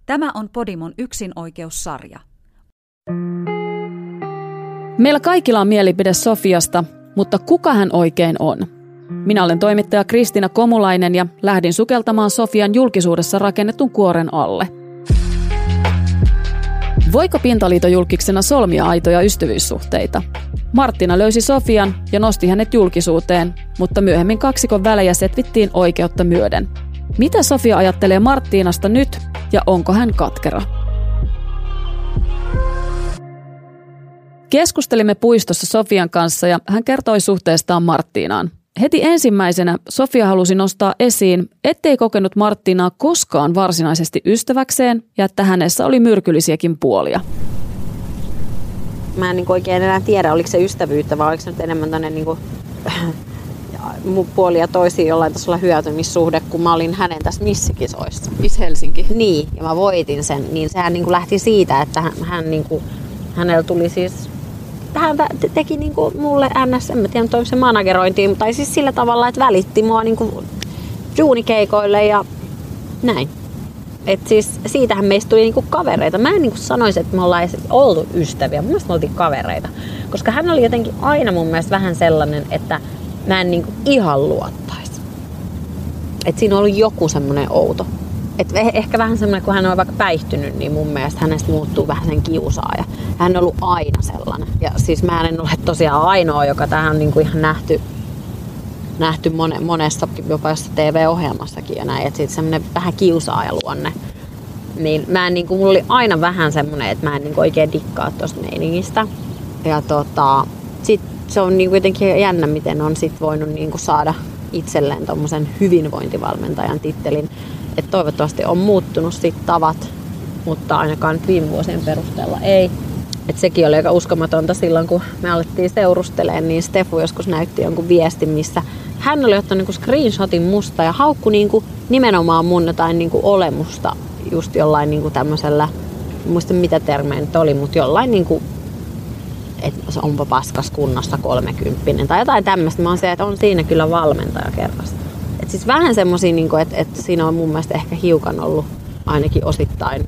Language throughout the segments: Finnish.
Tämä on Podimon yksinoikeussarja. Meillä kaikilla on mielipide Sofiasta, mutta kuka hän oikein on? Minä olen toimittaja Kristiina Komulainen ja lähdin sukeltamaan Sofian julkisuudessa rakennetun kuoren alle. Voiko pintaliitojulkiksena solmia aitoja ystävyyssuhteita? Marttiina löysi Sofian ja nosti hänet julkisuuteen, mutta myöhemmin kaksikon välejä setvittiin oikeutta myöden. Mitä Sofia ajattelee Marttiinasta nyt ja onko hän katkera? Keskustelimme puistossa Sofian kanssa ja hän kertoi suhteestaan Marttiinaan. Heti ensimmäisenä Sofia halusi nostaa esiin, ettei kokenut Marttiinaa koskaan varsinaisesti ystäväkseen ja että hänessä oli myrkyllisiäkin puolia. Mä en oikein enää tiedä, oliko se ystävyyttä vai oliko se nyt enemmän tämmöinen puoli ja toisiin jollain tasolla hyötymissuhde, kun mä olin hänen tässä missikisoissa. Miss Helsinki. Niin, ja mä voitin sen. Niin sehän lähti siitä, että hänellä tuli siis... Hän teki mulle NS, en mä tiedä, onko se managerointiin, tai siis sillä tavalla, että välitti mua duunikeikoille ja näin. Et siis siitähän meistä tuli kavereita. Mä en sanoisi, että me ollaan edes oltu ystäviä. Mun mielestä me oltiin kavereita. Koska hän oli jotenkin aina mun mielestä vähän sellainen, että mä en ihan luottaisi. Et siinä on ollut joku semmoinen outo. Et ehkä vähän semmoinen, kun hän on vaikka päihtynyt, niin mun mielestä hänestä muuttuu vähän sen kiusaaja. Hän on ollut aina sellainen. Ja siis mä en ole tosiaan ainoa, joka tähän on ihan nähty monessa, jopa jossain TV-ohjelmassakin ja näin. Että sitten semmoinen vähän kiusaajaluonne. Niin mä en mulla oli aina vähän semmoinen, että mä en oikein dikkaa tosta meiningistä. Ja sit se on jotenkin jännä, miten on sit voinut saada itselleen tommosen hyvinvointivalmentajan tittelin. Että toivottavasti on muuttunut sit tavat, mutta ainakaan nyt viime vuosien perusteella ei. Et sekin oli aika uskomatonta silloin, kun me alettiin seurustelemaan, niin Stefu joskus näytti jonkun viestin, missä hän oli ottanut screenshotin musta ja haukkui nimenomaan mun jotain olemusta just jollain tämmöisellä, en muista mitä termejä nyt oli, mutta jollain että se onpa paskas kunnossa 30 tai jotain tämmöistä. Mä oon se, että on siinä kyllä valmentaja kerrasta. Et siis vähän semmosia, että siinä on mun mielestä ehkä hiukan ollut ainakin osittain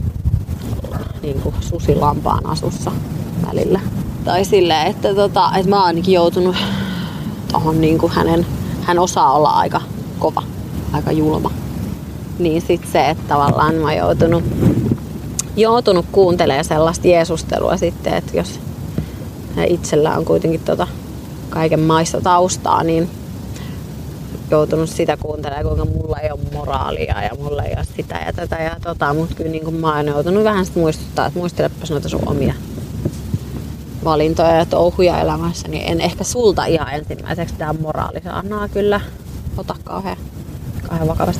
susilampaan asussa välillä. Tai silleen, että mä oon ainakin joutunut tohon hän osaa olla aika kova, aika julma. Niin sit se, että tavallaan mä oon joutunut kuuntelemaan sellaista jeesustelua sitten, että jos itsellä on kuitenkin kaiken maissa taustaa, niin joutunut sitä kuuntelemaan, kuinka mulla ei ole moraalia ja mulla ei ole sitä ja tätä ja mutta kyllä mä oon joutunut vähän sitä muistuttaa, että muistelepas noita sun omia valintoja ja touhuja elämässä, niin en ehkä sulta ihan ensimmäiseksi tää moraalisaanaa kyllä ota kauhean vakavasti.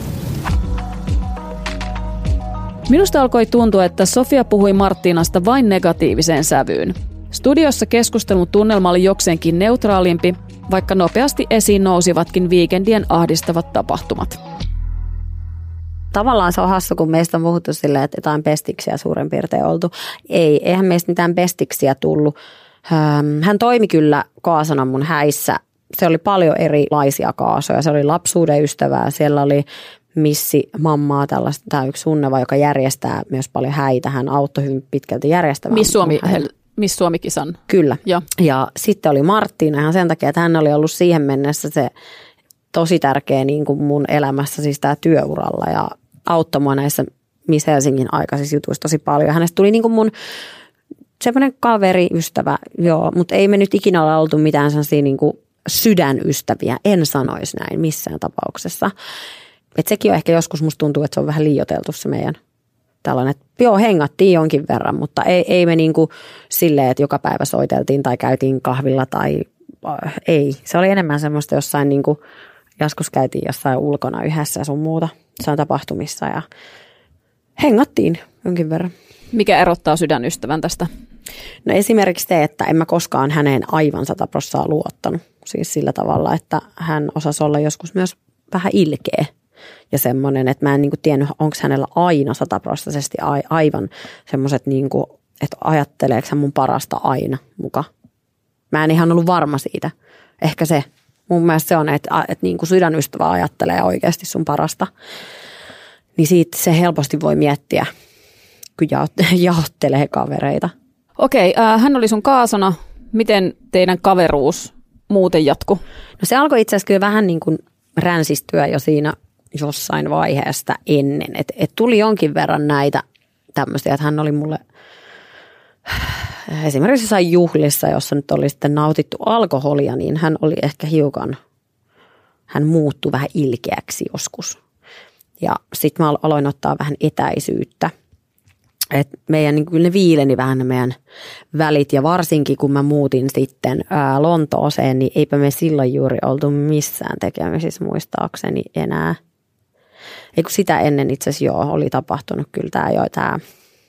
Minusta alkoi tuntua, että Sofia puhui Marttiinasta vain negatiiviseen sävyyn. Studiossa keskustelun tunnelma oli jokseenkin neutraalimpi, vaikka nopeasti esiin nousivatkin viikendien ahdistavat tapahtumat. Tavallaan se on hassu, kun meistä on puhuttu silleen, että jotain pestiksiä suurin piirtein oltu. Eihän meistä mitään pestiksiä tullut. Hän toimi kyllä kaasana mun häissä. Se oli paljon erilaisia kaasoja. Se oli lapsuuden ystävää. Siellä oli missi mammaa, tämä yksi Sunneva, joka järjestää myös paljon häitä. Hän auttoi hyvin pitkälti järjestämään. Miss Suomi-kisan. Kyllä. Ja sitten oli Marttiina ihan sen takia, että hän oli ollut siihen mennessä se tosi tärkeä mun elämässä, siis tämä työuralla ja auttoi mua näissä Miss Helsingin aikaisissa jutuissa tosi paljon. Hänestä tuli mun semmoinen kaveri, ystävä, joo, mutta ei me nyt ikinä ole oltu mitään sellaisia sydänystäviä, en sanoisi näin missään tapauksessa. Et sekin on ehkä joskus musta tuntuu, että se on vähän liioiteltu se meidän tällainen, että joo, hengattiin jonkin verran, mutta ei me silleen, että joka päivä soiteltiin tai käytiin kahvilla tai ei. Se oli enemmän semmoista jossain joskus käytiin jossain ulkona yhdessä sun muuta, jossain tapahtumissa ja hengattiin jonkin verran. Mikä erottaa sydänystävän tästä? No esimerkiksi se, että en mä koskaan häneen aivan 100% luottanut. Siis sillä tavalla, että hän osasi olla joskus myös vähän ilkeä. Ja semmoinen, että mä en tiennyt, onko hänellä aina 100% aivan semmoiset, että ajatteleeko hän mun parasta aina muka. Mä en ihan ollut varma siitä. Ehkä se. Mun mielestä se on, että sydänystävä ajattelee oikeasti sun parasta. Niin siitä se helposti voi miettiä, jaottelee kavereita. Okei, hän oli sun kaasona. Miten teidän kaveruus muuten jatkui? No se alkoi itse asiassa kyllä vähän niin kuin ränsistyä jo siinä jossain vaiheesta ennen. Et tuli jonkin verran näitä tämmöisiä, että hän oli mulle esimerkiksi jossain juhlissa, jossa nyt oli sitten nautittu alkoholia, niin hän oli ehkä hän muuttui vähän ilkeäksi joskus. Ja sitten mä aloin ottaa vähän etäisyyttä. Et meidän niin kyllä ne viileni vähän ne meidän välit ja varsinkin kun mä muutin sitten Lontooseen, niin eipä me silloin juuri oltu missään tekemisissä muistaakseni enää. Ei kun sitä ennen itse asiassa oli tapahtunut kyllä tämä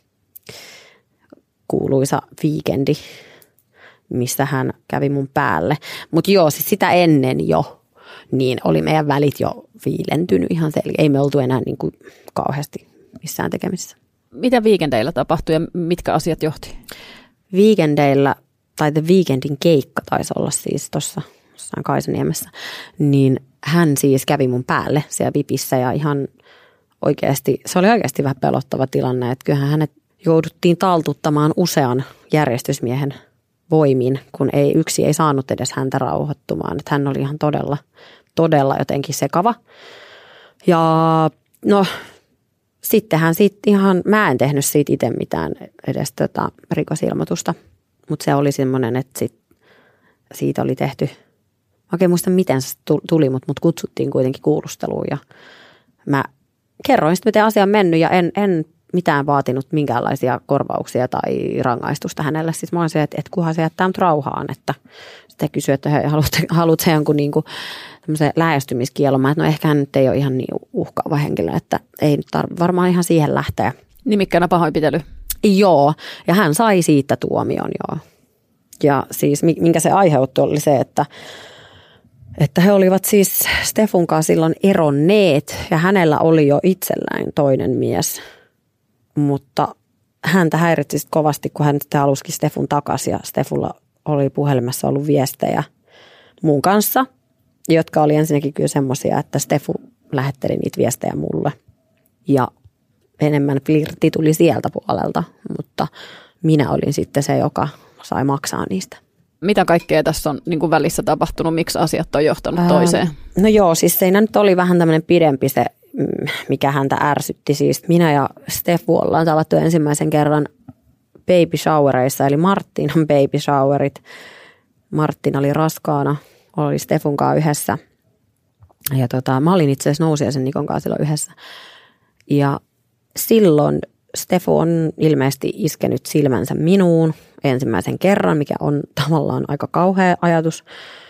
kuuluisa viikendi, missä hän kävi mun päälle. Mutta siis sitä ennen jo, niin oli meidän välit jo viilentynyt ihan selkeä. Ei me oltu enää niin kuin kauheasti missään tekemisissä. Mitä viikendeillä tapahtui ja mitkä asiat johti? Viikendeillä, tai The Weekendin keikka taisi olla siis tuossa jossain Kaisaniemessä, niin hän siis kävi mun päälle siellä Vipissä ja ihan oikeasti, se oli oikeasti vähän pelottava tilanne, että kyllähän hänet jouduttiin taltuttamaan usean järjestysmiehen voimin, kun yksi ei saanut edes häntä rauhoittumaan, että hän oli ihan todella jotenkin sekava. Ja no sittenhän mä en tehnyt siitä itse mitään edes rikosilmoitusta, mutta se oli semmoinen, että siitä oli tehty, mä oikein muista miten se tuli, mutta mut kutsuttiin kuitenkin kuulusteluun ja mä kerroin sitten miten asia on mennyt ja en mitään vaatinut minkäänlaisia korvauksia tai rangaistusta hänelle. Siis mä olin se, että kunhan se jättää mut rauhaan, että sitten kysyi, että haluat se jonkun niinku tämmöisen lähestymiskielon. Mä, että no ehkä hän nyt ei ole ihan niin uhkaava henkilö, että ei nyt varmaan ihan siihen lähteä. Nimikkänä pahoinpitely. Joo, ja hän sai siitä tuomion, joo. Ja siis minkä se aiheutti oli se, että he olivat siis Stefun kanssa silloin eronneet ja hänellä oli jo itsellään toinen mies. Mutta häntä häiritsi kovasti, kun hän sitten halusikin Stefun takaisin ja Stefulla oli puhelimessa ollut viestejä mun kanssa, jotka oli ensinnäkin kyllä semmoisia, että Stefu lähetteli niitä viestejä mulle ja enemmän flirtti tuli sieltä puolelta, mutta minä olin sitten se, joka sai maksaa niistä. Mitä kaikkea tässä on niin kuin välissä tapahtunut, miksi asiat on johtanut toiseen? No joo, siis siinä nyt oli vähän tämmöinen pidempi se, mikä häntä ärsytti. Siis minä ja Stefu ollaan tavattu ensimmäisen kerran baby showereissa, eli Martinan baby showerit. Martin oli raskaana, oli Stefun kanssa yhdessä. Ja mä olin itse asiassa Nousiaisen Nikon kanssa silloin yhdessä. Ja silloin Stefu on ilmeisesti iskenyt silmänsä minuun ensimmäisen kerran, mikä on tavallaan aika kauhea ajatus.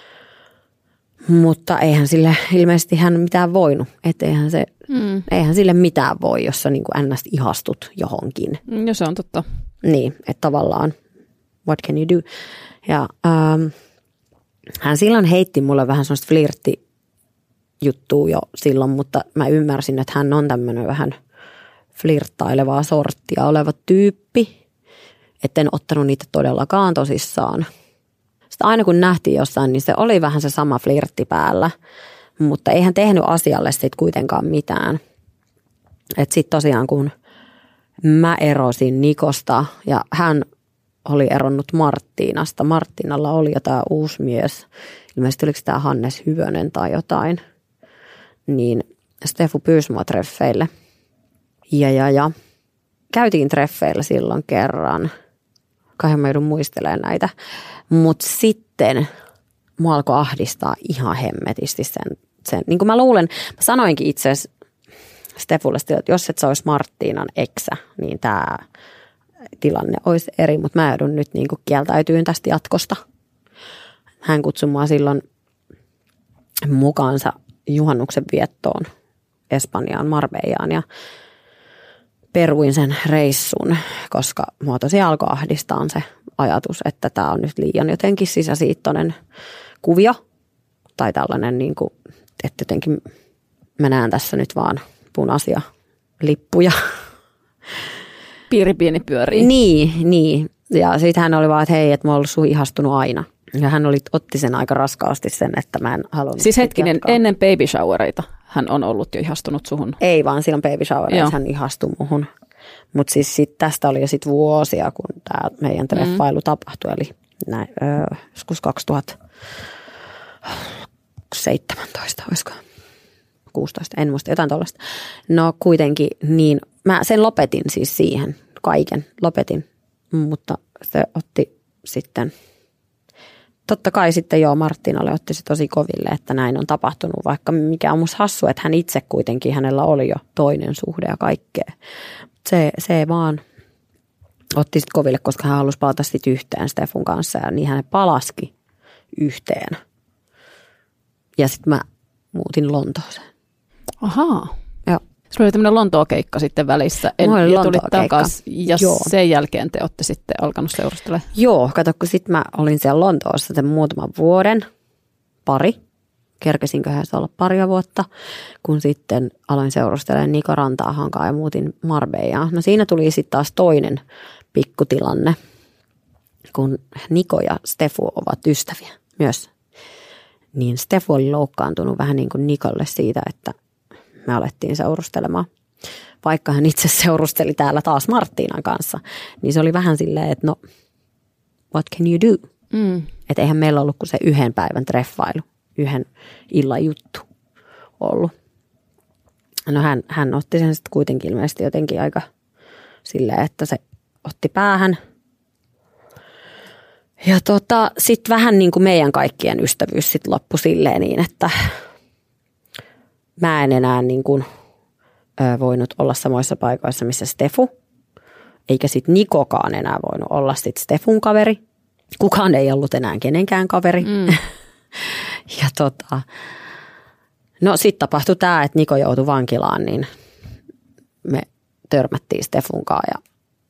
Mutta eihän sille ilmeisesti hän mitään voinut. Että eihän sille mitään voi, jos sä niin kuin ns. Ihastut johonkin. No se on totta. Niin, että tavallaan what can you do? Ja hän silloin heitti mulle vähän sellaista flirttijuttua jo silloin, mutta mä ymmärsin, että hän on tämmöinen vähän flirttailevaa sorttia oleva tyyppi. Että en ottanut niitä todellakaan tosissaan. Sitten aina kun nähtiin jossain, niin se oli vähän se sama flirtti päällä, mutta eihän tehnyt asialle sitten kuitenkaan mitään. Että sitten tosiaan kun mä erosin Nikosta ja hän oli eronnut Marttiinasta. Marttiinalla oli jotain uusi mies, ilmeisesti oliko tämä Hannes Hyvönen tai jotain, niin Stefu pyysi mua treffeille. Ja käytiin treffeillä silloin kerran. Kahden mä joudun muistelemaan näitä. Mutta sitten mua alkoi ahdistaa ihan hemmetisti sen. Niin kuin mä luulen, mä sanoinkin itse asiassa Stefulle, että jos et sä olisi Marttiinan eksä, niin tämä tilanne olisi eri. Mutta mä joudun nyt niin kuin kieltäytyyn tästä jatkosta. Hän kutsui mua silloin mukaansa juhannuksen viettoon Espanjaan, Marbellaan ja peruin sen reissun, koska mua tosiaan alkoi ahdistaa se ajatus, että tämä on nyt liian jotenkin sisäsiittoinen kuvio. Tai tällainen, niin kuin, että jotenkin mä näen tässä nyt vaan punaisia lippuja. Piiri pieni pyörii. Niin. Ja sitten hän oli vaan, että hei, että mä oon ollut sun ihastunut aina. Ja hän otti sen aika raskaasti sen, että mä en halunnut. Siis hetkinen, jatkaa. Ennen baby showereita hän on ollut jo ihastunut suhun. Ei vaan silloin baby showereissa hän ihastui muhun. Mutta siis tästä oli jo sit vuosia, kun tämä meidän treffailu tapahtui, eli joskus 2017, olisiko 16, en muista, jotain tuollaista. No kuitenkin niin, mä sen lopetin siis siihen, kaiken lopetin, mutta se otti sitten, totta kai sitten Marttinalle otti se tosi koville, että näin on tapahtunut, vaikka mikä on musta hassu, että hän itse kuitenkin, hänellä oli jo toinen suhde ja kaikkea. Se vaan otti sitten koville, koska hän halusi palata sitten yhteen Stefun kanssa ja niin hän palaski yhteen. Ja sitten mä muutin Lontooseen. Ahaa. Joo. Sulla oli tämmöinen Lontoa-keikka sitten välissä ja tulit takaisin ja sen jälkeen te olette sitten alkanut seurustelemaan. Joo, kato kun sitten mä olin siellä Lontoossa sen muutaman vuoden, kerkesinköhän se olla paria vuotta, kun sitten aloin seurustelemaan Niko Rantaahankaan ja muutin Marbellaan. No siinä tuli sitten taas toinen pikkutilanne, kun Niko ja Stefu ovat ystäviä myös. Niin Stefu oli loukkaantunut vähän niin kuin Nikolle siitä, että me alettiin seurustelemaan. Vaikka hän itse seurusteli täällä taas Marttiinan kanssa, niin se oli vähän silleen, että no, what can you do? Että eihän meillä ollut kuin se yhden päivän treffailu, yhden illan juttu ollut. No hän otti sen sitten kuitenkin ilmeisesti jotenkin aika silleen, että se otti päähän. Ja sitten vähän niin kuin meidän kaikkien ystävyys sitten loppui silleen niin, että mä en enää niin kuin voinut olla samoissa paikoissa, missä Stefu. Eikä sitten Nikokaan enää voinut olla sitten Stefun kaveri. Kukaan ei ollut enää kenenkään kaveri. Ja no sitten tapahtui tämä, että Niko joutui vankilaan, niin me törmättiin Stefunkaan ja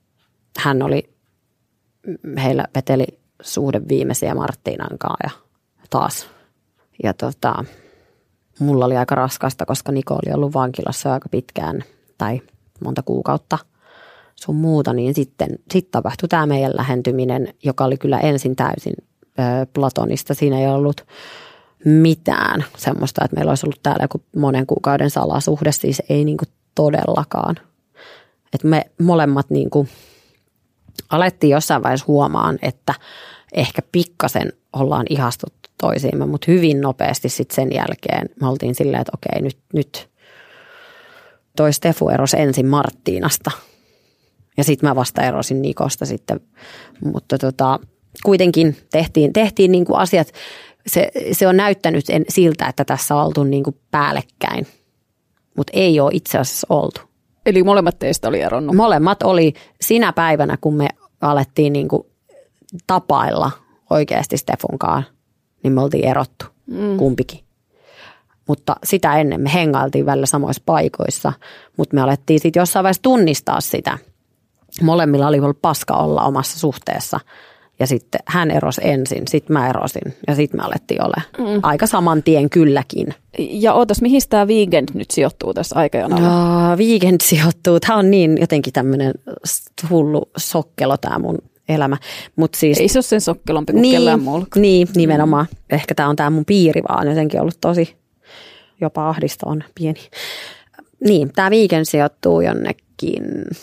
heillä veteli suhde viimeisiä Marttiinankaan ja taas. Ja mulla oli aika raskasta, koska Niko oli ollut vankilassa aika pitkään tai monta kuukautta sun muuta, niin sitten tapahtui tämä meidän lähentyminen, joka oli kyllä ensin täysin platonista. Siinä ei ollut mitään semmoista, että meillä olisi ollut täällä joku monen kuukauden salasuhde, siis ei niinku todellakaan. Että me molemmat niinku alettiin jossain vaiheessa huomaan, että ehkä pikkasen ollaan ihastuttu toisiimme, mutta hyvin nopeasti sitten sen jälkeen me oltiin silleen, että okei, nyt toi Stefu erosi ensin Marttiinasta ja sitten mä vasta erosin Nikosta sitten, mutta kuitenkin tehtiin niinku asiat, se on näyttänyt siltä, että tässä on oltu niinku päällekkäin, mutta ei ole itse asiassa oltu. Eli molemmat teistä oli eronnut? Molemmat oli sinä päivänä, kun me alettiin niinku tapailla oikeasti Stefunkaan, niin me oltiin erottu kumpikin. Mutta sitä ennen me hengailtiin välillä samoissa paikoissa, mutta me alettiin sitten jossain vaiheessa tunnistaa sitä. Molemmilla oli ollut paska olla omassa suhteessa ja sitten hän erosi ensin, sitten mä erosin ja sitten me alettiin olemaan aika saman tien kylläkin. Ja ootas, mihin tämä Weekend nyt sijoittuu tässä aikajanalla? No, Weekend sijoittuu, tämä on niin jotenkin tämmöinen hullu sokkelo tämä mun elämä. Mut siis, ei se ole sen sokkelompi kuin kellään muulla. Niin, nimenomaan. Ehkä tämä on tämä mun piiri vaan jotenkin ollut tosi jopa ahdistavan pieni. Niin, tämä Weekend sijoittuu jonnekin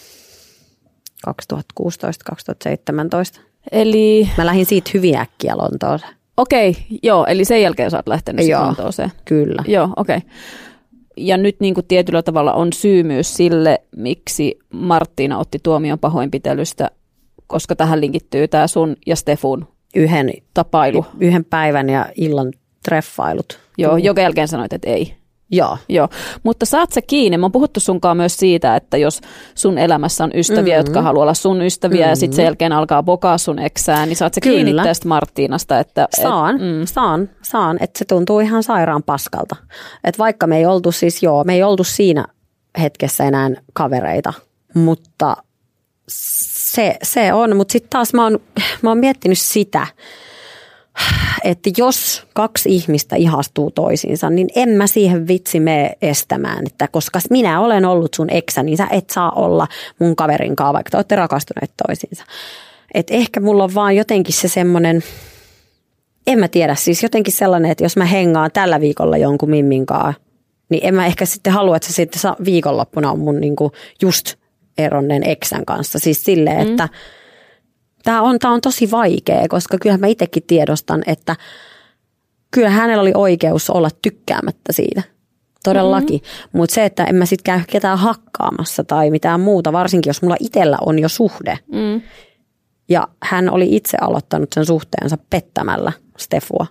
2016-2017. Eli mä lähdin siitä hyvin äkkiä Lontooseen. Okei, joo, eli sen jälkeen sä oot lähtenyt Lontooseen. Kyllä. Joo, okei. Ja nyt niin kuin tietyllä tavalla on syy myös sille, miksi Marttiina otti tuomion pahoinpitelystä, koska tähän linkittyy tämä sun ja Stefun tapailu. Yhden päivän ja illan treffailut. Joo, joka jälkeen sanoit, että ei. Joo. Mutta saat sä kiinni. Mä oon puhuttu sunkaan myös siitä, että jos sun elämässä on ystäviä, jotka haluaa olla sun ystäviä ja sitten sen jälkeen alkaa bokaa sun eksää, niin saat sä kiinni tästä Marttiinasta? Että, Saan. Että se tuntuu ihan sairaan paskalta. Että vaikka me ei oltu siinä hetkessä enää kavereita, mutta se on. Mutta sitten taas mä oon miettinyt sitä, että jos kaksi ihmistä ihastuu toisiinsa, niin en mä siihen vitsi mene estämään, että koska minä olen ollut sun eksä, niin sä et saa olla mun kaverinkaan, vaikka te olette rakastuneet toisiinsa. Että ehkä mulla on vaan jotenkin se semmoinen, en mä tiedä, siis jotenkin sellainen, että jos mä hengaan tällä viikolla jonkun mimminkaan, niin en mä ehkä sitten halua, että se sitten viikonloppuna on mun niinku just eronneen eksän kanssa. Siis silleen, että tämä on tosi vaikea, koska kyllähän mä itsekin tiedostan, että kyllä hänellä oli oikeus olla tykkäämättä siitä. Todellakin. Mutta se, että en mä sit käy ketään hakkaamassa tai mitään muuta, varsinkin jos mulla itsellä on jo suhde. Ja hän oli itse aloittanut sen suhteensa pettämällä Stefua.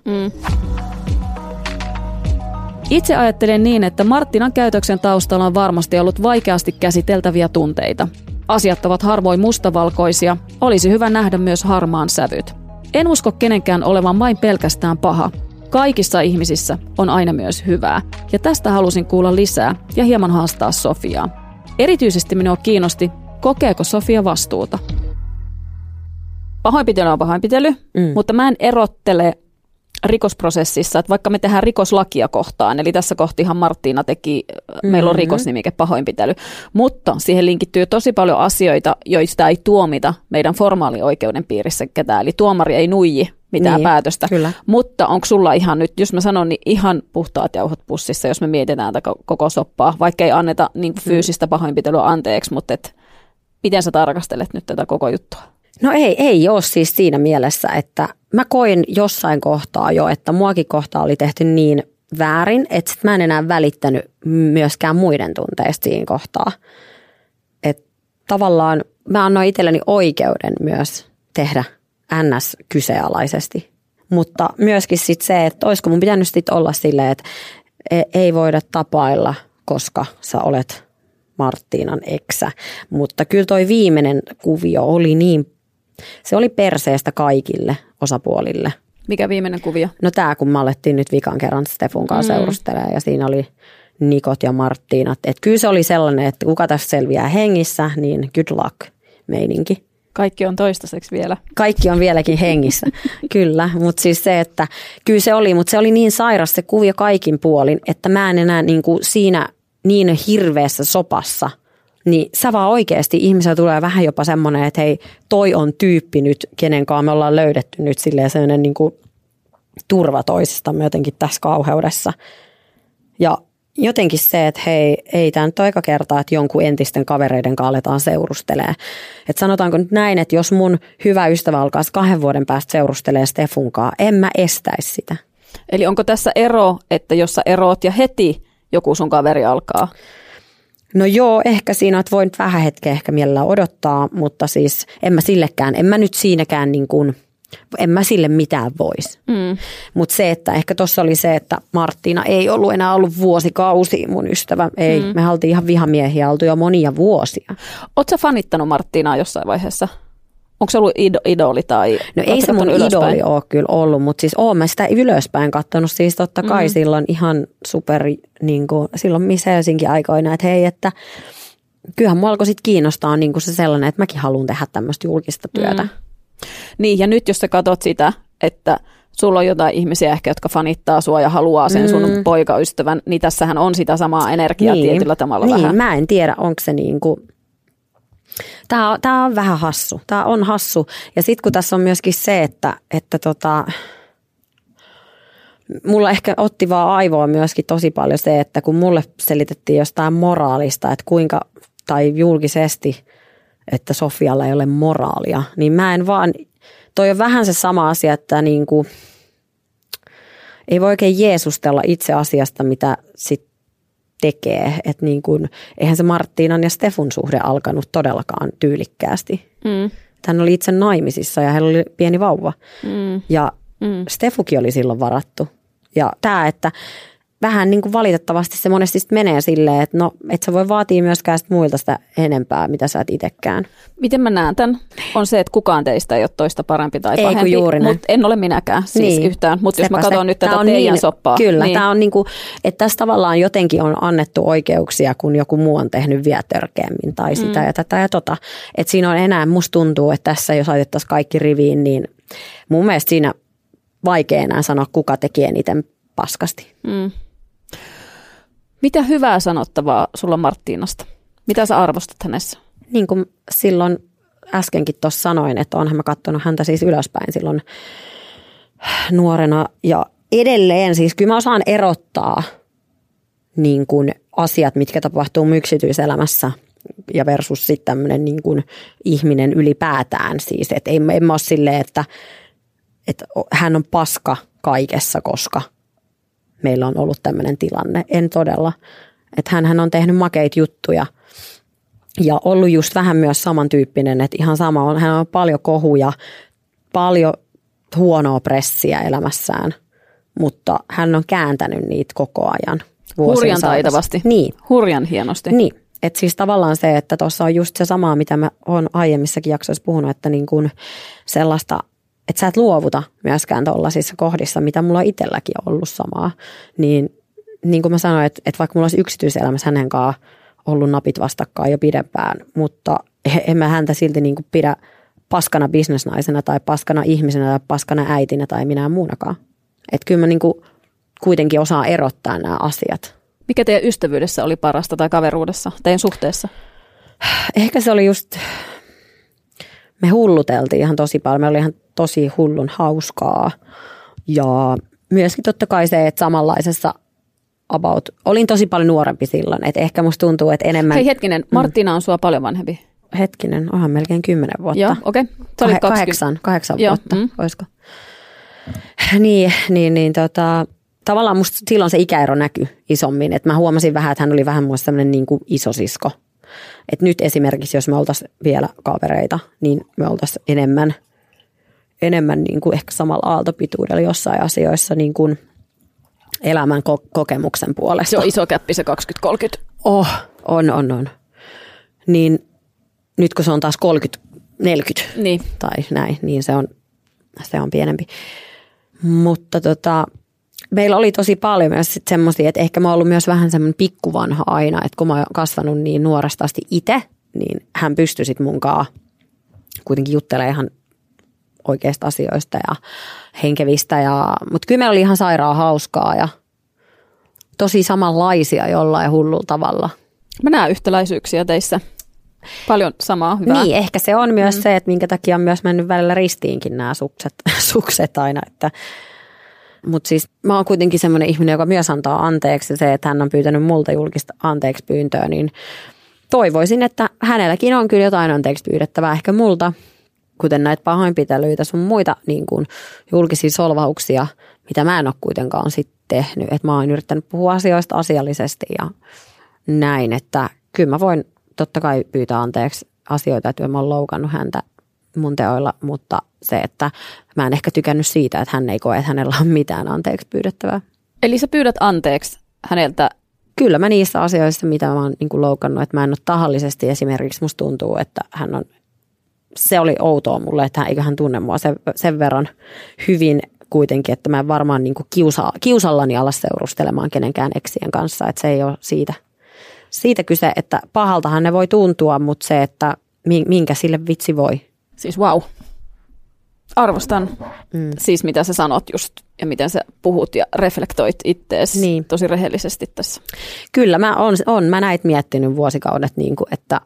Itse ajattelen niin, että Marttinan käytöksen taustalla on varmasti ollut vaikeasti käsiteltäviä tunteita. Asiat ovat harvoin mustavalkoisia, olisi hyvä nähdä myös harmaan sävyt. En usko kenenkään olevan vain pelkästään paha. Kaikissa ihmisissä on aina myös hyvää, ja tästä halusin kuulla lisää ja hieman haastaa Sofiaa. Erityisesti minua kiinnosti, kokeeko Sofia vastuuta. Pahoinpitely on pahoinpitely, mutta mä en erottele rikosprosessissa, että vaikka me tehdään rikoslakia kohtaan, eli tässä kohtihan Marttiina teki, meillä on rikosnimike pahoinpitely, mutta siihen linkittyy tosi paljon asioita, joista ei tuomita meidän formaalioikeuden piirissä ketään, eli tuomari ei nuiji mitään päätöstä, kyllä. Mutta onko sulla ihan nyt, jos mä sanon, niin ihan puhtaat jauhot pussissa, jos me mietitään tätä koko soppaa, vaikka ei anneta niin fyysistä pahoinpitelyä anteeksi, mutta miten sä tarkastelet nyt tätä koko juttua? No ei ole siis siinä mielessä, että mä koin jossain kohtaa jo, että muakin kohtaa oli tehty niin väärin, että sit mä en enää välittänyt myöskään muiden tunteista siinä kohtaa. Että tavallaan mä annoin itselleni oikeuden myös tehdä NS kyseenalaisesti. Mutta myöskin sit se, että olisiko mun pitänyt sit olla silleen, että ei voida tapailla, koska sä olet Marttiinan eksä. Mutta kyllä toi viimeinen kuvio oli se oli perseestä kaikille osapuolille. Mikä viimeinen kuvio? No tää, kun me alettiin nyt vikan kerran Stefun kanssa seurustelemaan ja siinä oli Nikot ja Marttiinat. Että kyllä se oli sellainen, että kuka tässä selviää hengissä, niin good luck meininki. Kaikki on toistaiseksi vielä. Kaikki on vieläkin hengissä, kyllä. Mutta siis se, että kyllä se oli, mutta se oli niin sairas se kuvio kaikin puolin, että mä en enää siinä niin hirveässä sopassa, niin sä vaan oikeasti ihmisellä tulee vähän jopa semmoinen, että hei, toi on tyyppi nyt, kenenkaan me ollaan löydetty nyt silleen sellainen niin kuin turva toisistamme jotenkin tässä kauheudessa. Ja jotenkin se, että hei, ei tämä nyt ole eka kertaa, että jonkun entisten kavereiden kanssa aletaan seurustelemaan. Että sanotaanko nyt näin, että jos mun hyvä ystävä alkaisi 2 vuoden päästä seurustelemaan Stefunkaan, en mä estäisi sitä. Eli onko tässä ero, että jos sä eroot ja heti joku sun kaveri alkaa? No joo, ehkä siinä, että voin vähän hetkeä ehkä mielellään odottaa, mutta siis en mä nyt siinäkään niin kuin, en mä sille mitään voisi. Mutta se, että ehkä tuossa oli se, että Marttiina ei enää ollut vuosikausia mun ystävä. Ei, me oltiin ihan vihamiehiä, oltu jo monia vuosia. Ootko sä fanittanut Marttiinaa jossain vaiheessa? Onko se ollut idoli tai... No ei se mun idoli ole kyllä ollut, mutta siis oon mä sitä ylöspäin katsonut siis totta kai silloin ihan super, niin kuin, silloin Miss Helsinki aikoina, että hei, että kyllähän mua alkoi sit kiinnostaa niin kuin se sellainen, että mäkin haluan tehdä tämmöistä julkista työtä. Niin ja nyt jos sä katsot sitä, että sulla on jotain ihmisiä ehkä, jotka fanittaa sua ja haluaa sen sun poikaystävän, niin tässähän on sitä samaa energiaa tietyllä tavalla vähän. Niin, mä en tiedä, onko se niin kuin... Tämä on vähän hassu. Tämä on hassu. Ja sitten kun tässä on myöskin se, että mulla ehkä otti vaan aivoa myöskin tosi paljon se, että kun mulle selitettiin jostain moraalista, että kuinka, tai julkisesti, että Sofialla ei ole moraalia, niin mä en vaan, toi on vähän se sama asia, että niinku, ei voi oikein jeesustella itse asiasta, mitä sitten tekee, että niin kuin, eihän se Marttiinan ja Stefun suhde alkanut todellakaan tyylikkäästi. Hän oli itse naimisissa ja hän oli pieni vauva. Ja Stefukin oli silloin varattu. Ja tämä, että vähän niin kuin valitettavasti se monesti menee silleen, että no, et sä voi vaatia myöskään muilta sitä enempää, mitä sä et itsekään. Miten mä näen tämän? On se, että kukaan teistä ei ole toista parempi tai pahempi, mutta en ole minäkään siis yhtään. Mutta jos mä katson nyt tätä teidän soppaa. Kyllä, tämä on niin kuin, että tässä tavallaan jotenkin on annettu oikeuksia, kun joku muu on tehnyt vielä törkeämmin tai sitä ja tätä ja tota. Että siinä on enää, musta tuntuu, että tässä jos laitettaisiin kaikki riviin, niin mun mielestä siinä vaikea enää sanoa, kuka teki eniten paskasti. Mitä hyvää sanottavaa sulla Marttiinasta? Mitä sä arvostat hänessä? Niin kuin silloin äskenkin tuossa sanoin, että onhan mä katsonut häntä siis ylöspäin silloin nuorena. Ja edelleen siis kyllä mä osaan erottaa niin kuin asiat, mitkä tapahtuu yksityiselämässä ja versus sitten tämmöinen niin kuin ihminen ylipäätään siis. Että en mä ole silleen, että hän on paska kaikessa, koska meillä on ollut tämmöinen tilanne. En todella. Että hän on tehnyt makeita juttuja ja ollut just vähän myös samantyyppinen, että ihan sama on. Hän on paljon kohuja, paljon huonoa pressiä elämässään, mutta hän on kääntänyt niitä koko ajan. Hurjan taitavasti. Niin. Hurjan hienosti. Niin. Että siis tavallaan se, että tuossa on just se sama, mitä mä oon aiemmissakin jaksoissa puhunut, että niin kuin sellaista, että sä et luovuta myöskään tuollaisissa kohdissa, mitä mulla on itselläkin ollut samaa. Niin kuin mä sanoin, että vaikka mulla olisi yksityiselämässä hänen kanssaan ollut napit vastakkain jo pidempään, mutta en mä häntä silti niin kuin pidä paskana bisnesnaisena tai paskana ihmisenä tai paskana äitinä tai minä muunakaan. Että kyllä mä niin kuin kuitenkin osaan erottaa nämä asiat. Mikä teidän ystävyydessä oli parasta tai kaveruudessa, teidän suhteessa? Ehkä se oli just, me hulluteltiin ihan tosi paljon, me oli ihan tosi hullun hauskaa ja myöskin totta kai se, että samanlaisessa olin tosi paljon nuorempi silloin, että ehkä musta tuntuu, että enemmän. Hei hetkinen, Marttiina on sua paljon vanhempi. Hetkinen, onhan melkein 10 vuotta. Joo, okei. Okay. 8 vuotta, olisiko? Niin, tavallaan musta silloin se ikäero näkyi isommin, että mä huomasin vähän, että hän oli vähän muista sellainen niin kuin isosisko. Että nyt esimerkiksi, jos me oltaisiin vielä kavereita, niin me oltaisiin enemmän niin kuin ehkä samalla aaltopituudella jossain asioissa niin kuin elämän kokemuksen puolesta. Se on iso käppi se 20-30. On. Niin nyt kun se on taas 30-40 niin. tai näin, niin se on pienempi. Mutta meillä oli tosi paljon myös semmoisia, että ehkä mä oon ollut myös vähän semmoinen pikkuvanha aina, että kun mä oon kasvanut niin nuoresta asti itse, niin hän pystyi sit munkaan kuitenkin juttelemaan ihan oikeista asioista ja henkevistä. Mutta kyllä meillä oli ihan sairaan hauskaa ja tosi samanlaisia jollain hullulla tavalla. Mä näen yhtäläisyyksiä teissä. Paljon samaa hyvää. Niin, ehkä se on myös se, että minkä takia on myös mennyt välillä ristiinkin nämä sukset aina. Mutta siis mä oon kuitenkin semmoinen ihminen, joka myös antaa anteeksi. Se, että hän on pyytänyt multa julkista anteeksi pyyntöä, niin toivoisin, että hänelläkin on kyllä jotain anteeksi pyydettävää ehkä multa, kuten näitä pahoinpitelyitä sun muita niin kuin julkisia solvauksia, mitä mä en ole kuitenkaan sitten tehnyt. Että mä oon yrittänyt puhua asioista asiallisesti ja näin, että kyllä mä voin totta kai pyytää anteeksi asioita, että mä oon loukannut häntä mun teoilla, mutta se, että mä en ehkä tykännyt siitä, että hän ei koe, että hänellä on mitään anteeksi pyydettävää. Eli sä pyydät anteeksi häneltä? Kyllä mä niissä asioissa, mitä mä oon niin kuin loukannut, että mä en ole tahallisesti esimerkiksi, musta tuntuu, että hän on, se oli outoa mulle, että eikä hän tunne mua sen verran hyvin kuitenkin, että mä en varmaan niin kuin kiusallani ala seurustelemaan kenenkään eksien kanssa, että se ei ole siitä kyse, että pahaltahan ne voi tuntua, mutta se, että minkä sille vitsi voi. Siis vau. Arvostan siis mitä sä sanot just ja miten sä puhut ja reflektoit ittees niin tosi rehellisesti tässä. Kyllä mä näitä miettinyt vuosikaudet, niin kuin, että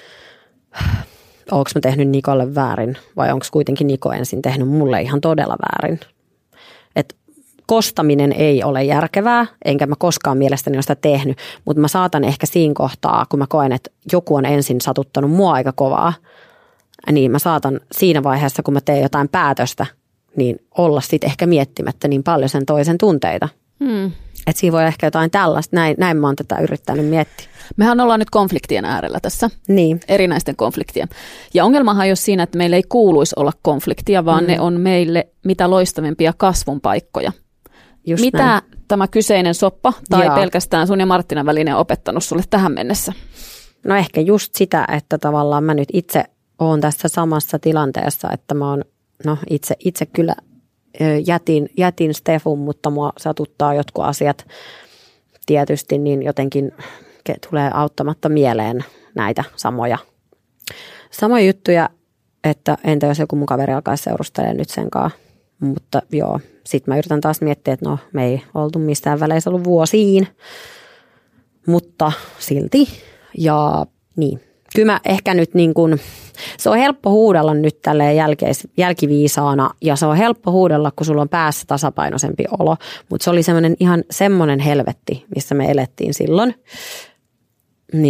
onko mä tehnyt Nikolle väärin vai onko kuitenkin Niko ensin tehnyt mulle ihan todella väärin. Että kostaminen ei ole järkevää, enkä mä koskaan mielestäni ole sitä tehnyt, mutta mä saatan ehkä siinä kohtaa, kun mä koen, että joku on ensin satuttanut mua aika kovaa, niin mä saatan siinä vaiheessa, kun mä teen jotain päätöstä, niin olla sitten ehkä miettimättä niin paljon sen toisen tunteita. Että siinä voi ehkä jotain tällaista, näin mä oon tätä yrittänyt miettiä. Mehän ollaan nyt konfliktien äärellä tässä, niin. Erinäisten konfliktien. Ja ongelmahan ei ole siinä, että meillä ei kuuluisi olla konfliktia, vaan ne on meille mitä loistavimpia kasvun paikkoja. Just mitä näin. Tämä kyseinen soppa tai pelkästään sun ja Marttinan välinen on opettanut sulle tähän mennessä? No ehkä just sitä, että tavallaan mä nyt itse olen tässä samassa tilanteessa, että mä oon itse kyllä jätin Stefun, mutta mua satuttaa jotkut asiat tietysti, niin jotenkin tulee auttamatta mieleen näitä samoja juttuja, että entä jos joku mun kaveri alkaisi seurustelemaan nyt sen kanssa. Mutta joo, sitten mä yritän taas miettiä, että no me ei oltu mistään väleissä ollut vuosiin, mutta silti ja niin. Kyllä mä ehkä nyt niin kuin, se on helppo huudella nyt tälleen jälkiviisaana ja se on helppo huudella, kun sulla on päässä tasapainoisempi olo, mutta se oli ihan semmoinen helvetti, missä me elettiin silloin, niin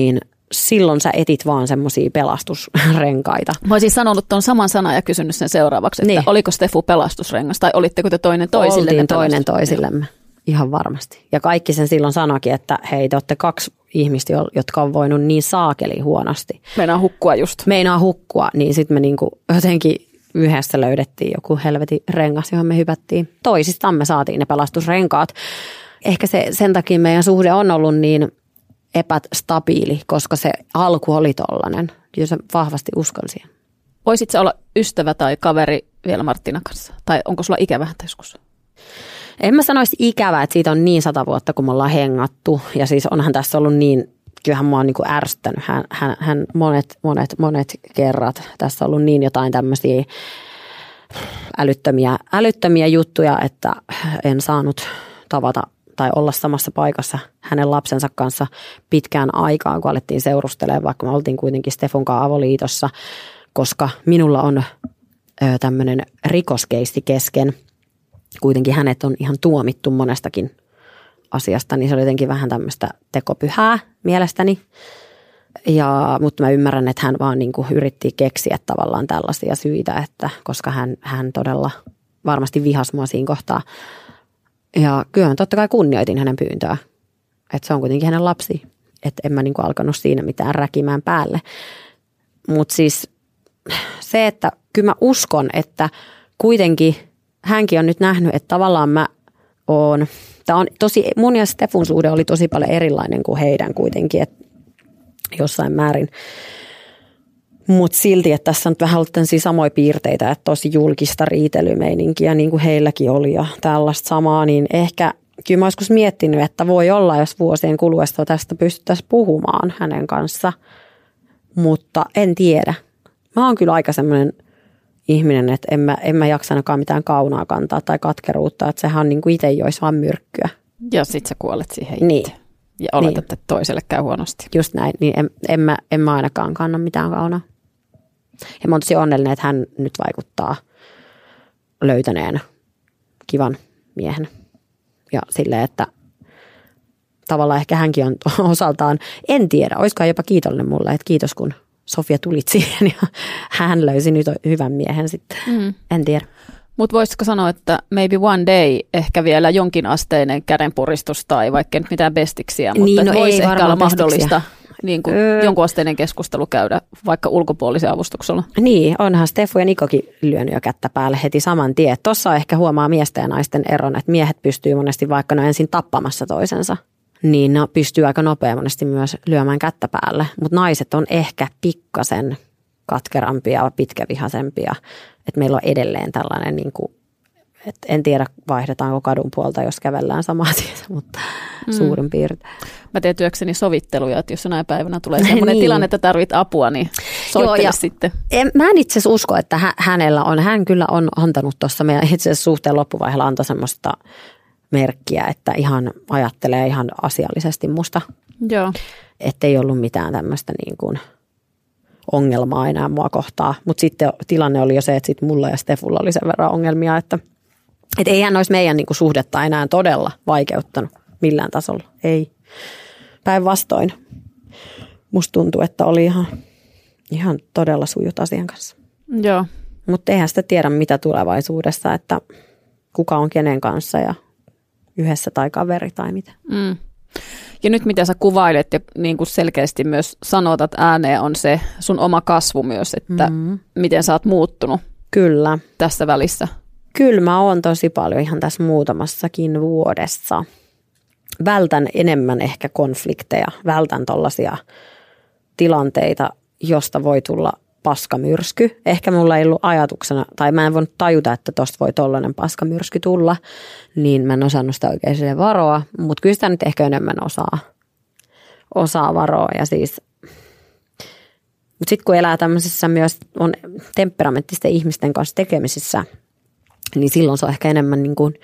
silloin sä etit vaan semmosia pelastusrenkaita. Mä olisin sanonut tuon saman sanan ja kysynyt sen seuraavaksi, että oliko Stefu pelastusrengas tai olitteko te toinen toisillemme? Oltiin toinen toisillemme, ihan varmasti. Ja kaikki sen silloin sanoikin, että hei, te olette 2 ihmistä, jotka on voinut niin saakeli huonosti. Meinaa hukkua just. Meinaa hukkua, niin sitten me niinku jotenkin yhdessä löydettiin joku helvetin rengas, johon me hypättiin. Toisistamme saatiin ne pelastusrenkaat. Ehkä sen takia meidän suhde on ollut niin epästabiili, koska se alku oli tollainen. Kyllä se vahvasti uskon siihen. Voisit sä olla ystävä tai kaveri vielä Marttinan kanssa? Tai onko sulla ikävä häntä joskus? En mä sanoisi ikävää, että siitä on niin 100 vuotta, kun me ollaan hengattu. Ja siis onhan tässä ollut niin, kyllähän mä oon niin kuin ärsyttänyt hän monet kerrat. Tässä on ollut niin jotain tämmöisiä älyttömiä juttuja, että en saanut tavata tai olla samassa paikassa hänen lapsensa kanssa pitkään aikaan, kun alettiin seurustelemaan, vaikka me oltiin kuitenkin Stefun kanssa avoliitossa, koska minulla on tämmöinen rikoskeissi kesken. Kuitenkin hänet on ihan tuomittu monestakin asiasta, niin se oli jotenkin vähän tämmöistä tekopyhää mielestäni. Mutta mä ymmärrän, että hän vaan niin kuin yritti keksiä tavallaan tällaisia syitä, että koska hän todella varmasti vihasi mua siinä kohtaa. Ja kyllä totta kai kunnioitin hänen pyyntöä, että se on kuitenkin hänen lapsi, että en mä niin kuin alkanut siinä mitään räkimään päälle. Mutta siis se, että kyllä mä uskon, että kuitenkin hänkin on nyt nähnyt, että tavallaan tämä on tosi, mun ja Stefun suhde oli tosi paljon erilainen kuin heidän kuitenkin, että jossain määrin. Mutta silti, että tässä on vähän ollut tämmöisiä samoja piirteitä, että tosi julkista riitelymeininkiä, niin kuin heilläkin oli ja tällaista samaa, niin ehkä kyllä mä joskus miettinyt, että voi olla, jos vuosien kuluessa tästä pystyttäisiin puhumaan hänen kanssa, mutta en tiedä. Mä oon kyllä aika semmoinen ihminen, että en mä jaksa ainakaan mitään kaunaa kantaa tai katkeruutta, että sehän on niin kuin itse joisi vaan myrkkyä. Ja sit sä kuolet siihen itse. Niin. Ja oletat, että toiselle käy huonosti. Just näin, niin en mä ainakaan kanna mitään kaunaa. Ja mä oon tosi onnellinen, että hän nyt vaikuttaa löytäneen kivan miehen. Ja silleen, että tavallaan ehkä hänkin on osaltaan, en tiedä, olisikohan jopa kiitollinen mulle, että kiitos kun Sofia tulit siihen ja hän löysi nyt hyvän miehen sitten. En tiedä. Mutta voisitko sanoa, että maybe one day ehkä vielä jonkinasteinen kädenpuristus tai vaikka nyt mitään bestiksiä, mutta niin, voisi ehkä olla mahdollista niin kuin jonkunasteinen keskustelu käydä vaikka ulkopuolisen avustuksella. Niin, onhan Stefu ja Nikokin lyönyt jo kättä päälle heti saman tien. Tuossa ehkä huomaa miesten ja naisten eron, että miehet pystyy monesti vaikka ne ensin tappamassa toisensa, niin ne pystyy aika nopea monesti myös lyömään kättä päälle. Mutta naiset on ehkä pikkasen katkerampia ja pitkävihaisempia. Että meillä on edelleen tällainen, niin kuin, että en tiedä vaihdetaanko kadun puolta, jos kävellään samaa tietä, mutta suurin piirtein. Mä teen työkseni sovitteluja, että jos jonain päivänä tulee sellainen niin tilanne, että tarvit apua, niin soittele sitten. Mä en itse asiassa usko, että hän kyllä on antanut tuossa meidän itse asiassa suhteen loppuvaiheella antoi semmoista merkkiä, että ihan ajattelee ihan asiallisesti musta. Joo. Että ei ollut mitään tämmöistä niin kuin ongelmaa enää mua kohtaa, mutta sitten tilanne oli jo se, että sit mulla ja Stefulla oli sen verran ongelmia, että ei hän olisi meidän niinku suhdetta enää todella vaikeuttanut millään tasolla. Ei. Päinvastoin. Musta tuntuu, että oli ihan todella sujut asian kanssa. Joo. Mutta eihän sitä tiedä mitä tulevaisuudessa, että kuka on kenen kanssa ja yhdessä tai kaveri tai mitä. Ja nyt mitä sä kuvailet ja niin kuin selkeästi myös sanotat ääneen on se sun oma kasvu myös, että miten sä oot muuttunut. Kyllä. Tässä välissä. Kyllä mä oon tosi paljon ihan tässä muutamassakin vuodessa. Vältän enemmän ehkä konflikteja, vältän tollaisia tilanteita, josta voi tulla paskamyrsky. Ehkä mulla ei ollut ajatuksena, tai mä en voinut tajuta, että tosta voi tollainen paskamyrsky tulla, niin mä en osannut sitä oikein varoa, mutta kyllä sitä nyt ehkä enemmän osaa varoa. Ja siis, mutta sitten kun elää tämmöisissä myös on temperamenttisten ihmisten kanssa tekemisissä, niin silloin se on ehkä enemmän niin kuin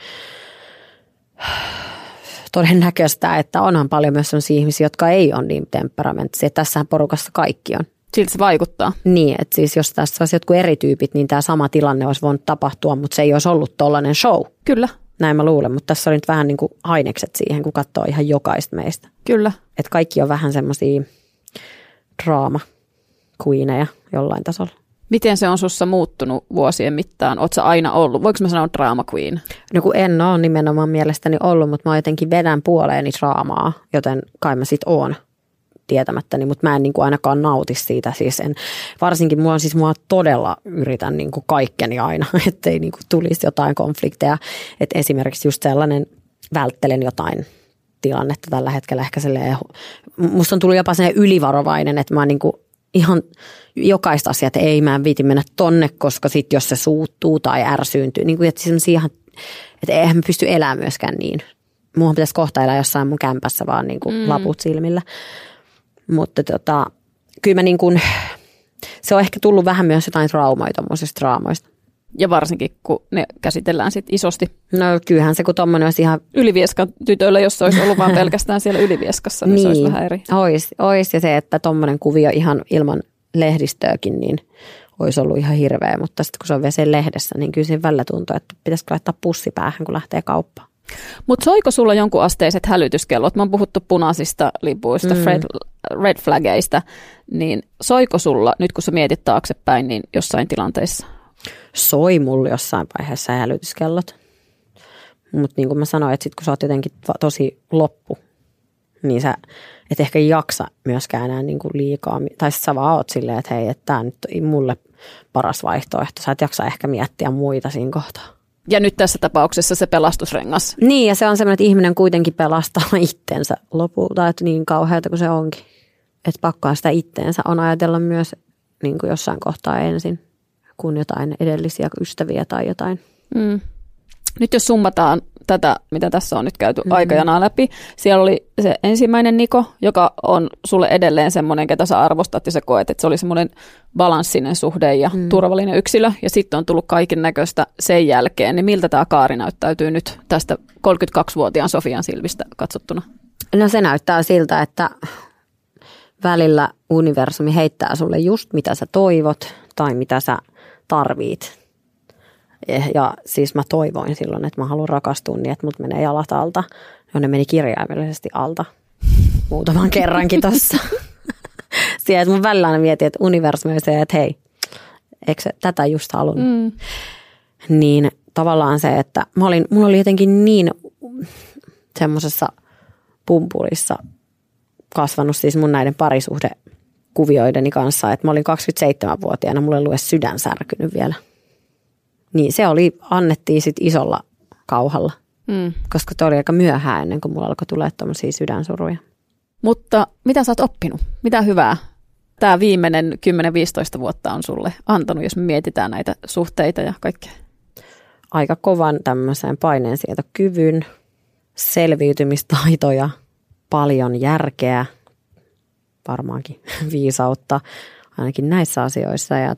todennäköistä, että onhan paljon myös sellaisia ihmisiä, jotka ei ole niin temperamenttisia. Tässähän porukassa kaikki on. Siltä se vaikuttaa. Niin, että siis jos tässä olisi jotkut eri tyypit, niin tämä sama tilanne olisi voinut tapahtua, mutta se ei olisi ollut tollainen show. Kyllä. Näin mä luulen, mutta tässä oli nyt vähän niin kuin ainekset siihen, kun katsoo ihan jokaista meistä. Kyllä. Että kaikki on vähän semmoisia draama queeneja jollain tasolla. Miten se on sussa muuttunut vuosien mittaan? Ootko sä aina ollut? Voinko mä sanoa drama queen? No kun en ole nimenomaan mielestäni ollut, mutta mä jotenkin vedän puoleeni draamaa, joten kai mä sit oon tietämättäni, mutta mä en niin kuin ainakaan nauti siitä. Siis varsinkin mua todella yritän niin kuin kaikkeni aina, ettei niin kuin tulisi jotain konflikteja. Että esimerkiksi just sellainen, välttelen jotain tilannetta tällä hetkellä ehkä silleen, musta on tullut jopa sellainen ylivarovainen, että mä oon niin kuin ihan jokaista asiaa, että ei mä en viiti mennä tonne, koska sit jos se suuttuu tai ärsyyntyy, niin kuin, että eihän mä pysty elämään myöskään niin. Muuhan pitäisi kohta elää jossain mun kämpässä vaan niin kuin laput silmillä. Mutta kyllä mä niin kuin, se on ehkä tullut vähän myös jotain traumoja tommosista draamoista. Ja varsinkin, kun ne käsitellään sit isosti. No kyllähän se, kun tommoinen olisi ihan... Ylivieskan tytöillä, jos se olisi ollut vaan pelkästään siellä Ylivieskassa, niin se olisi vähän eri. Ois, ja se, että tommoinen kuvio ihan ilman lehdistöäkin, niin olisi ollut ihan hirveä. Mutta sitten kun se on vielä sen lehdessä, niin kyllä siinä välillä tuntuu, että pitäisikö laittaa pussi päähän, kun lähtee kauppaan. Mutta soiko sulla jonkun asteiset hälytyskellot? Mä oon puhuttu punaisista lipuista, red flageista, niin soiko sulla, nyt kun sä mietit taaksepäin, niin jossain tilanteissa? Soi mulle jossain vaiheessa hälytyskellot. Mutta niin kuin mä sanoin, että sit kun sä oot jotenkin tosi loppu, niin sä et ehkä jaksa myöskään enää niin kuin liikaa. Tai sit sä vaan oot silleen, että hei, että tää nyt on mulle paras vaihtoehto. Sä et jaksa ehkä miettiä muita siinä kohtaa. Ja nyt tässä tapauksessa se pelastusrengas. Niin, ja se on semmoinen, että ihminen kuitenkin pelastaa itsensä lopulta, että niin kauheata kuin se onkin. Että pakkoa sitä itteensä on ajatella myös niin kuin jossain kohtaa ensin, kuin jotain edellisiä ystäviä tai jotain. Nyt jos summataan tätä, mitä tässä on nyt käyty aikajanaa läpi, siellä oli se ensimmäinen Niko, joka on sulle edelleen semmoinen, ketä sä arvostat ja sä koet, että se oli semmoinen balanssinen suhde ja turvallinen yksilö. Ja sitten on tullut kaiken näköistä sen jälkeen. Niin miltä tämä kaari näyttäytyy nyt tästä 32-vuotiaan Sofian silmistä katsottuna? No se näyttää siltä, että välillä universumi heittää sulle just mitä sä toivot tai mitä sä tarvit. Ja siis mä toivoin silloin, että mä haluan rakastua niin, että mut menee jalat alta. No ne meni kirjaimellisesti alta muutaman kerrankin tossa. Siellä mun välillä aina mietin, että universumi on se, että hei, eikö se tätä just halunnut? Niin tavallaan se, että mulla oli jotenkin niin semmosessa pumpulissa kasvanut siis mun näiden parisuhdekuvioideni kanssa, että mä olin 27-vuotiaana, mulla ei ollut edes sydän särkynyt vielä. Niin se annettiin sitten isolla kauhalla, koska toi oli aika myöhään ennen kuin mulla alkoi tulla tommosia sydänsuruja. Mutta mitä sä oot oppinut? Mitä hyvää tämä viimeinen 10-15 vuotta on sulle antanut, jos me mietitään näitä suhteita ja kaikkea? Aika kovan tämmöiseen paineensietokyvyn, selviytymistaitoja, paljon järkeä, varmaankin viisautta, ainakin näissä asioissa ja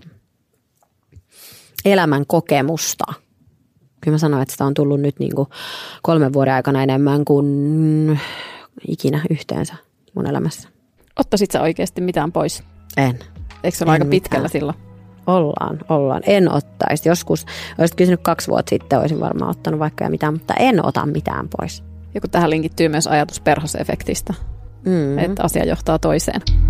elämän kokemusta. Kyllä mä sanoin, että sitä on tullut nyt niin kuin 3 vuoden aikana enemmän kuin ikinä yhteensä mun elämässä. Ottaisit sä oikeasti mitään pois? En. Eikö se ole aika pitkällä silloin? Ollaan. En ottaisi. Joskus, olisit kysynyt 2 vuotta sitten, olisin varmaan ottanut vaikka ja mitään, mutta en ota mitään pois. Ja kun tähän linkittyy myös ajatus perhosefektistä, että asia johtaa toiseen.